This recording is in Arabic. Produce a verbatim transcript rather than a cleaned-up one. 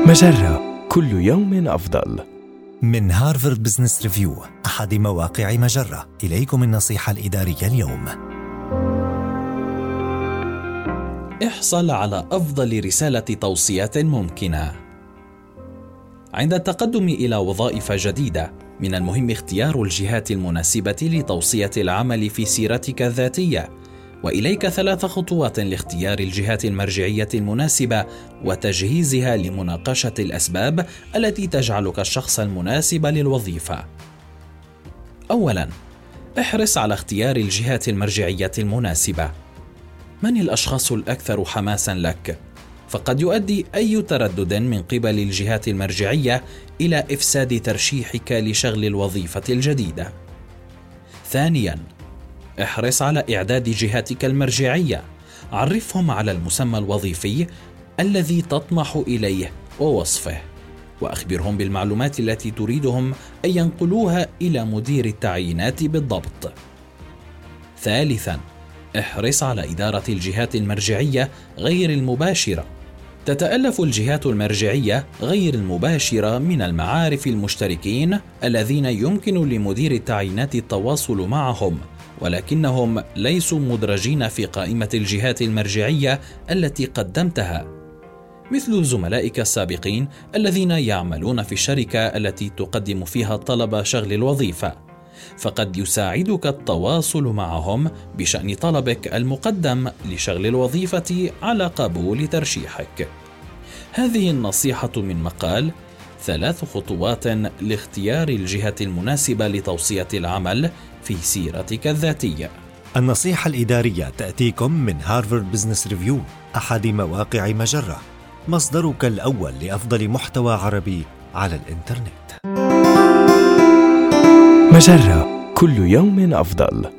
مجرة، كل يوم أفضل. من هارفارد بزنس ريفيو، أحد مواقع مجرة، إليكم النصيحة الإدارية اليوم. احصل على أفضل رسالة توصيات ممكنة. عند التقدم إلى وظائف جديدة، من المهم اختيار الجهات المناسبة لتوصية العمل في سيرتك الذاتية، وإليك ثلاث خطوات لاختيار الجهات المرجعية المناسبة وتجهيزها لمناقشة الأسباب التي تجعلك الشخص المناسب للوظيفة. أولاً، احرص على اختيار الجهات المرجعية المناسبة. من الأشخاص الأكثر حماساً لك؟ فقد يؤدي أي تردد من قبل الجهات المرجعية إلى إفساد ترشيحك لشغل الوظيفة الجديدة. ثانياً، احرص على إعداد جهاتك المرجعية. عرفهم على المسمى الوظيفي الذي تطمح إليه ووصفه، وأخبرهم بالمعلومات التي تريدهم أن ينقلوها إلى مدير التعيينات بالضبط. ثالثاً، احرص على إدارة الجهات المرجعية غير المباشرة. تتألف الجهات المرجعية غير المباشرة من المعارف المشتركين الذين يمكن لمدير التعيينات التواصل معهم، ولكنهم ليسوا مدرجين في قائمة الجهات المرجعية التي قدمتها، مثل زملائك السابقين الذين يعملون في الشركة التي تقدم فيها طلب شغل الوظيفة، فقد يساعدك التواصل معهم بشأن طلبك المقدم لشغل الوظيفة على قبول ترشيحك. هذه النصيحة من مقال ثلاث خطوات لاختيار الجهة المناسبة لتوصية العمل في سيرتك الذاتية. النصيحة الإدارية تأتيكم من هارفارد بزنس ريفيو، أحد مواقع مجرة، مصدرك الأول لأفضل محتوى عربي على الإنترنت. مجرة، كل يوم أفضل.